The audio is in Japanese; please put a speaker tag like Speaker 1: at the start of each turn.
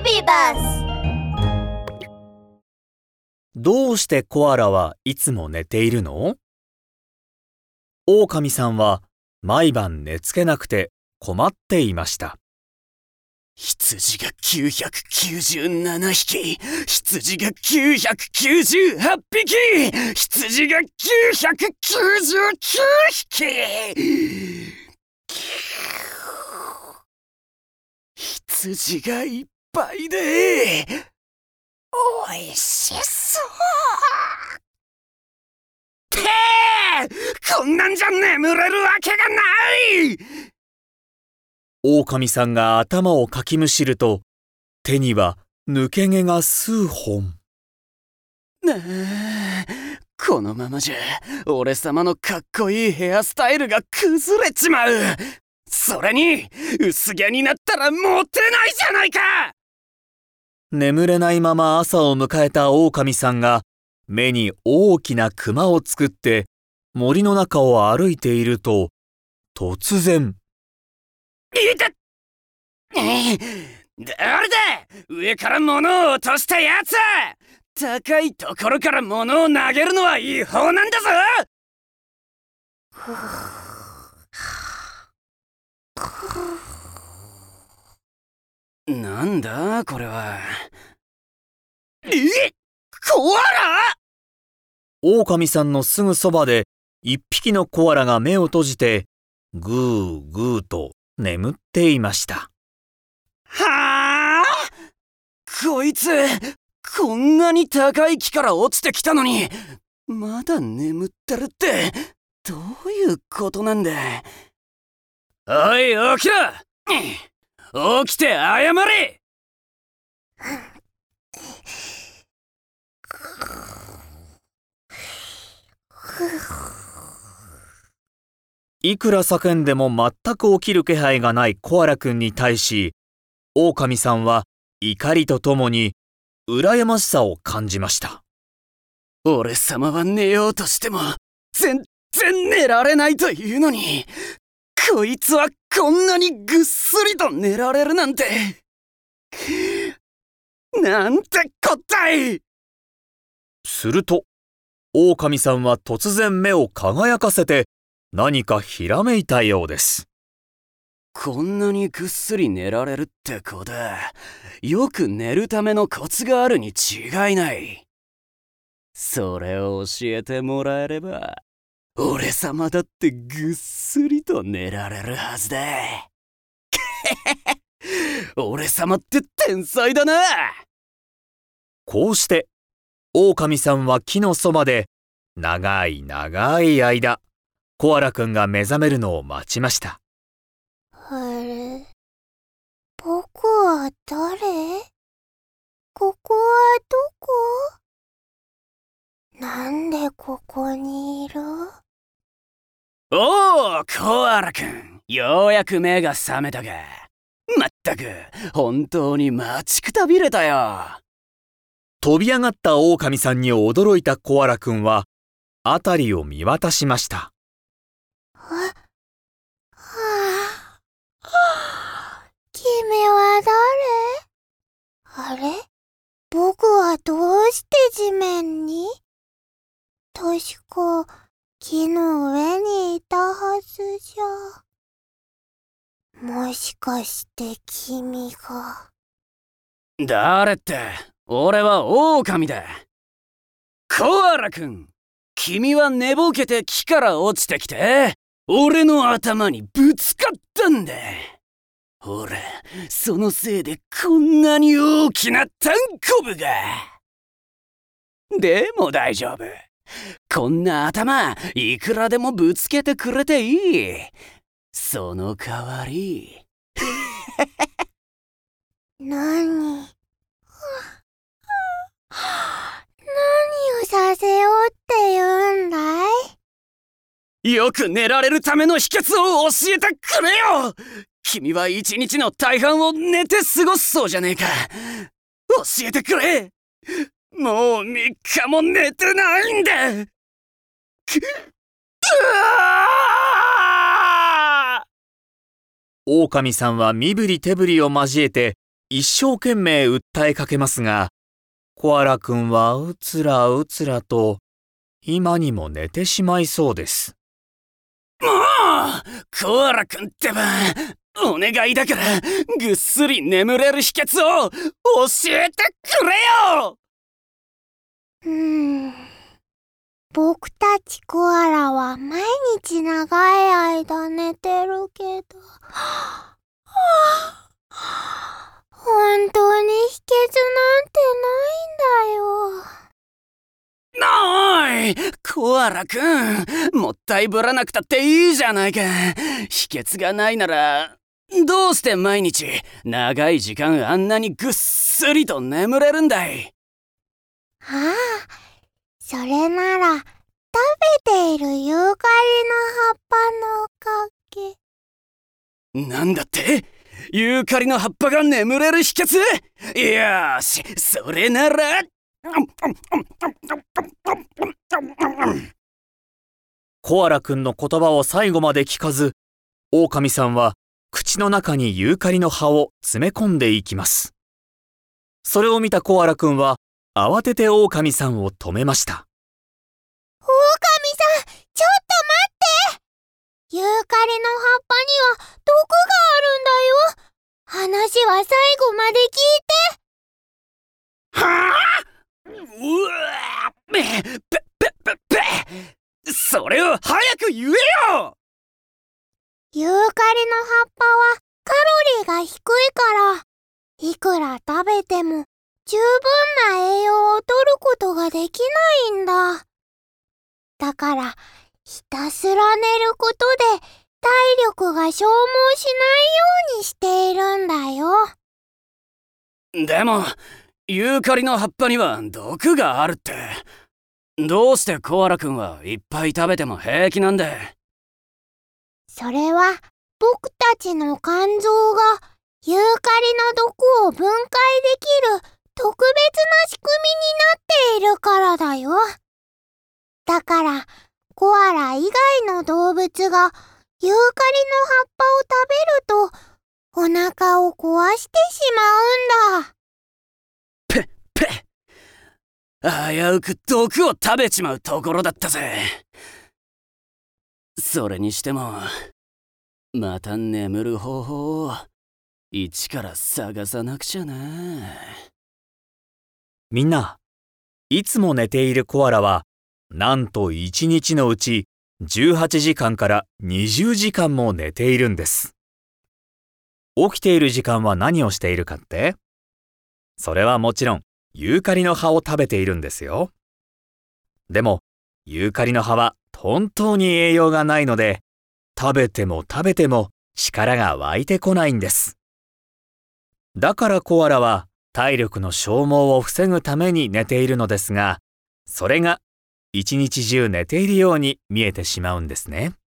Speaker 1: ビバス。
Speaker 2: どうしてコアラはいつも寝ているの？狼さんは毎晩寝つけなくて困っていました。
Speaker 3: 羊が997匹、羊が998匹、羊が999匹。羊がいっぱいで、おいしそう。こんなんじゃ眠れるわけがない。
Speaker 2: 狼さんが頭をかきむしると、手には抜け毛が数本。
Speaker 3: このままじゃ俺様のかっこいいヘアスタイルが崩れちまう。それに薄毛になったらモテないじゃないか。
Speaker 2: 眠れないまま朝を迎えた狼さんが目に大きなクマを作って森の中を歩いていると、突然、
Speaker 3: いたっ！誰だ！上から物を落としたやつ！高いところから物を投げるのは違法なんだぞ！なんだこれは。コアラ！
Speaker 2: 狼さんのすぐそばで一匹のコアラが目を閉じてぐーぐーと眠っていました。
Speaker 3: はあ！こいつこんなに高い木から落ちてきたのにまだ眠ってるってどういうことなんだ。おい起きろ！起きて謝れ！
Speaker 2: いくら叫んでも全く起きる気配がないコアラくんに対し、狼さんは怒りとともに羨ましさを感じました。
Speaker 3: 俺様は寝ようとしても全然寝られないというのに、こいつはこんなにぐっすりと寝られるなんて、なんてこったい。
Speaker 2: すると狼さんは突然目を輝かせて何かひらめいたようです。
Speaker 3: こんなにぐっすり寝られるってことは、よく寝るためのコツがあるに違いない。それを教えてもらえれば、俺様だってぐっすりと寝られるはずだ。俺様って天才だな。
Speaker 2: こうして狼さんは木のそばで長い長い間、コアラくんが目覚めるのを待ちました。
Speaker 1: あれ、僕は誰？ここはどこ？なんでここにいる？
Speaker 3: おー、コアラくん、ようやく目が覚めたか。まったく本当に待ちくたびれたよ。
Speaker 2: 飛び上がった狼さんに驚いたコアラくんは辺りを見渡しました。
Speaker 1: 君は誰？あれ？僕はどうして地面に？確か木の上にいたはずじゃ。もしかして君が。
Speaker 3: 誰って、俺は狼だ。コアラくん、君は寝ぼけて木から落ちてきて俺の頭にぶつかったんだ。ほら、そのせいでこんなに大きなタンコブが。でも大丈夫。こんな頭いくらでもぶつけてくれていい。その代わり
Speaker 1: 何をさせようって言うんだい？
Speaker 3: よく寝られるための秘訣を教えてくれよ。君は一日の大半を寝て過ごすそうじゃねえか。教えてくれ。もう3日も寝てないんだ。
Speaker 2: 狼さんは身振り手振りを交えて一生懸命訴えかけますが、コアラくんはうつらうつらと今にも寝てしまいそうです。
Speaker 3: もうコアラくんってば、お願いだからぐっすり眠れる秘訣を教えてくれよ。
Speaker 1: 僕たちコアラは毎日長い間寝てるけど、本当に秘訣なんてないんだよ。
Speaker 3: おい、コアラくん、もったいぶらなくたっていいじゃないか。秘訣がないなら、どうして毎日長い時間あんなにぐっすりと眠れるんだい。
Speaker 1: それなら食べているユーカリの葉っぱのおかげ。
Speaker 3: なんだって？ユーカリの葉っぱが眠れる秘訣？よーし、それなら。
Speaker 2: コアラくんの言葉を最後まで聞かず、狼さんは口の中にユーカリの葉を詰め込んでいきます。それを見たコアラくんは慌てて狼さんを止めました。
Speaker 1: 狼さん、ちょっと待って！ユーカリの葉っぱには毒があるんだよ。話は最後まで聞いて。
Speaker 3: はぁ？うわぁ！それを早く言えよ！
Speaker 1: ユーカリの葉っぱはカロリーが低いから、いくら食べても十分な栄養を取ることができないんだ。だから、ひたすら寝ることで体力が消耗しないようにしているんだよ。
Speaker 3: でも、ユーカリの葉っぱには毒があるって。どうしてコアラくんはいっぱい食べても平気なんだ？
Speaker 1: それは僕たちの肝臓がユーカリの毒を分解できる特別な仕組みになっているからだよ。だからコアラ以外の動物がユーカリの葉っぱを食べるとお腹を壊してしまうんだ。
Speaker 3: 危うく毒を食べちまうところだったぜ。それにしても、また眠る方法を一から探さなくちゃな。
Speaker 2: みんな、いつも寝ているコアラはなんと1日のうち18時間から20時間も寝ているんです。起きている時間は何をしているかって？それはもちろんユーカリの葉を食べているんですよ。でもユーカリの葉は本当に栄養がないので、食べても食べても力が湧いてこないんです。だからコアラは体力の消耗を防ぐために寝ているのですが、それが一日中寝ているように見えてしまうんですね。